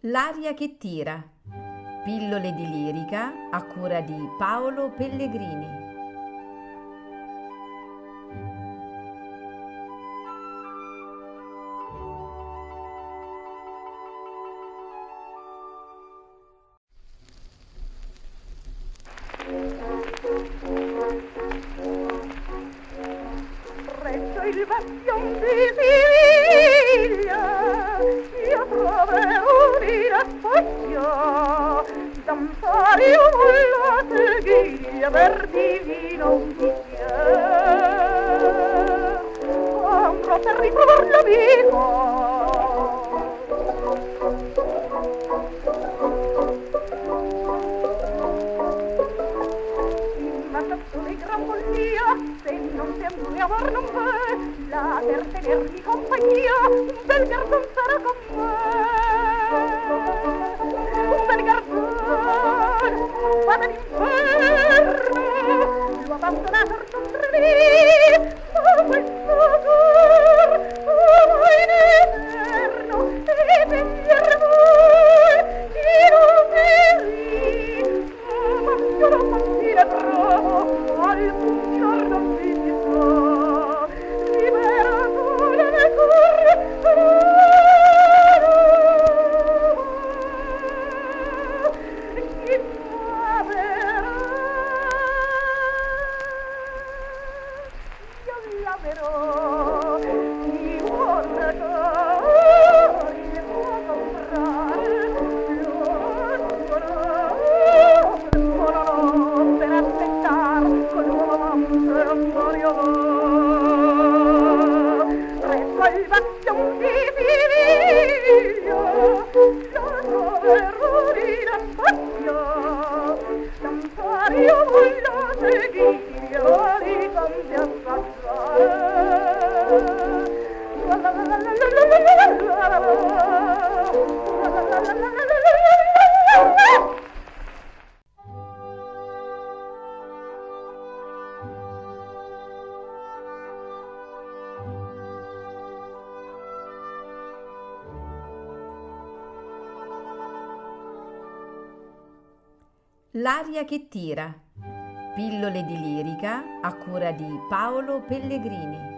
L'aria che tira. Pillole di lirica a cura di Paolo Pellegrini. Presso il bastion di Siviglia io troverò una spazio danzare la seguiglia per divino un bicchiere compro per ritrovar l'amico. Di gran follia, se non sento di amor non v'è, là per tenermi compagnia, un bel garzon sarà con me. Un bel garzon, vada all'inferno, l'ho abbandonato contro me, ma questo cor, ora in eterno, e veglier voi, io veri, ma io non partire trovo, alcun giorno mi distrò, liberato nel cuore, chi m'amerà, io l'amerò, chi vuole cori può comprare, lo non per aspettare con nuovo amante Mario presso il bastion di Siviglia la troverò in spazio danzare io voglio seguire li canti a passare la la la la la la la la la la L'aria che tira. Pillole di lirica a cura di Paolo Pellegrini.